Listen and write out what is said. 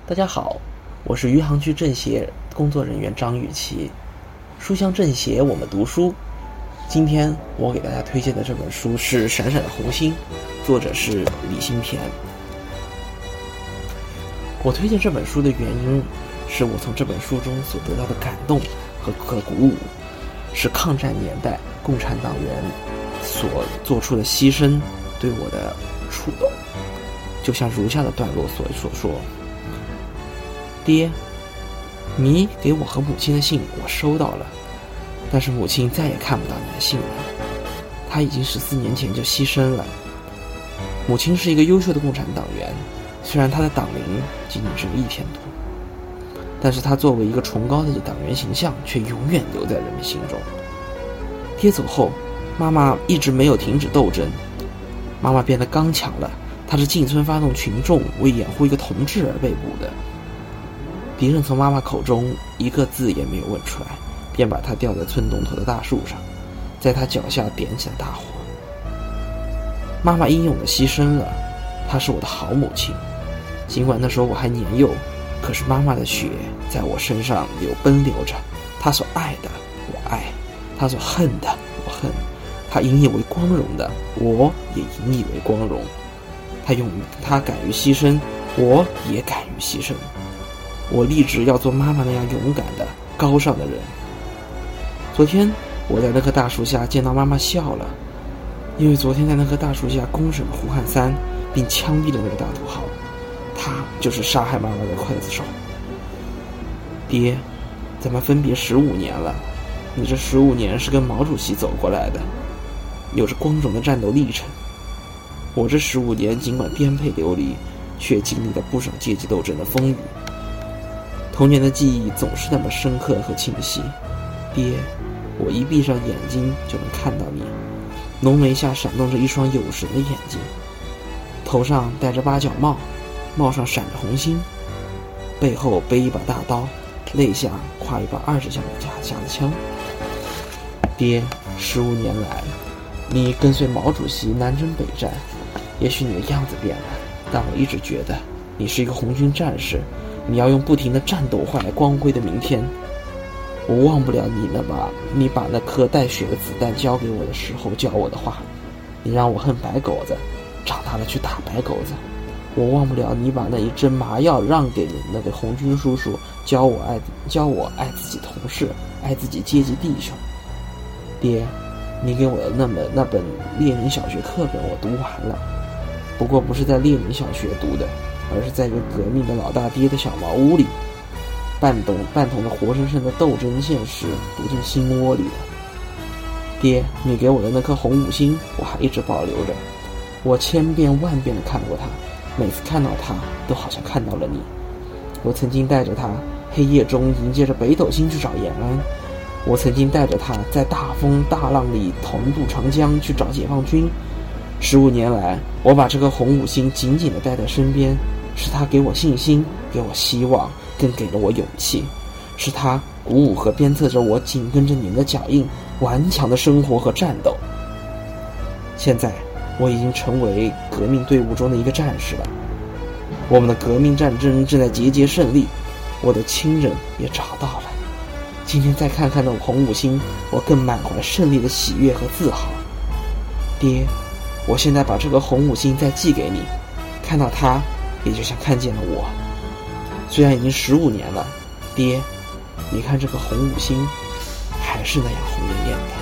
大家好，我是余杭区政协工作人员张雨绮。书香政协我们读书，今天我给大家推荐的这本书是《闪闪的红星》，作者是李新田。我推荐这本书的原因是我从这本书中所得到的感动和鼓舞，是抗战年代共产党员所做出的牺牲对我的触动。就像如下的段落所说：爹，你给我和母亲的信我收到了，但是母亲再也看不到你的信了。她已经14年前就牺牲了。母亲是一个优秀的共产党员，虽然她的党龄仅仅只有1天多，但是她作为一个崇高的党员形象却永远留在人们心中。爹走后，妈妈一直没有停止斗争，妈妈变得刚强了。她是进村发动群众为掩护一个同志而被捕的。敌人从妈妈口中一个字也没有问出来，便把她吊在村东头的大树上，在她脚下点起了大火。妈妈英勇地牺牲了，她是我的好母亲。尽管那时候我还年幼，可是妈妈的血在我身上奔流着。她所爱的我爱，她所恨的我恨，她引以为光荣的我也引以为光荣。她敢于牺牲，我也敢于牺牲。我立志要做妈妈那样勇敢的高尚的人。昨天我在那棵大树下见到妈妈笑了，因为昨天在那棵大树下公审了胡汉三，并枪毙了那个大土豪，他就是杀害妈妈的刽子手。爹，咱们分别15年了，你这15年是跟毛主席走过来的，有着光荣的战斗历程。我这15年尽管颠沛流离，却经历了不少阶级斗争的风雨。童年的记忆总是那么深刻和清晰。爹，我一闭上眼睛就能看到你，浓眉下闪动着一双有神的眼睛，头上戴着八角帽，帽上闪着红星，背后背一把大刀，肋下挎一把20响的架子枪。爹，15年来，你跟随毛主席南征北战，也许你的样子变了，但我一直觉得你是一个红军战士，你要用不停的战斗换来光辉的明天。我忘不了你把那颗带血的子弹交给我的时候教我的话，你让我恨白狗子，长大了去打白狗子。我忘不了你把那一针麻药让给你那个红军叔叔，教我爱自己同事，爱自己阶级弟兄。爹，你给我的那本列宁小学课本我读完了，不过不是在列宁小学读的，而是在一个革命的老大爹的小茅屋里，半同的活生生的斗争现实读进心窝里了。爹，你给我的那颗红五星我还一直保留着，我千遍万遍地看过它，每次看到它都好像看到了你。我曾经带着它黑夜中迎接着北斗星去找延安，我曾经带着它在大风大浪里同渡长江去找解放军。15年来，我把这颗红五星紧紧地带在身边，是它给我信心，给我希望，更给了我勇气，是它鼓舞和鞭策着我紧跟着你们的脚印，顽强的生活和战斗。现在我已经成为革命队伍中的一个战士了，我们的革命战争正在节节胜利，我的亲人也找到了。今天再看看那红五星，我更满怀胜利的喜悦和自豪。爹，我现在把这个红五星再寄给你，看到它也就像看见了我。虽然已经15年了，爹，你看这个红五星还是那样红艳艳的。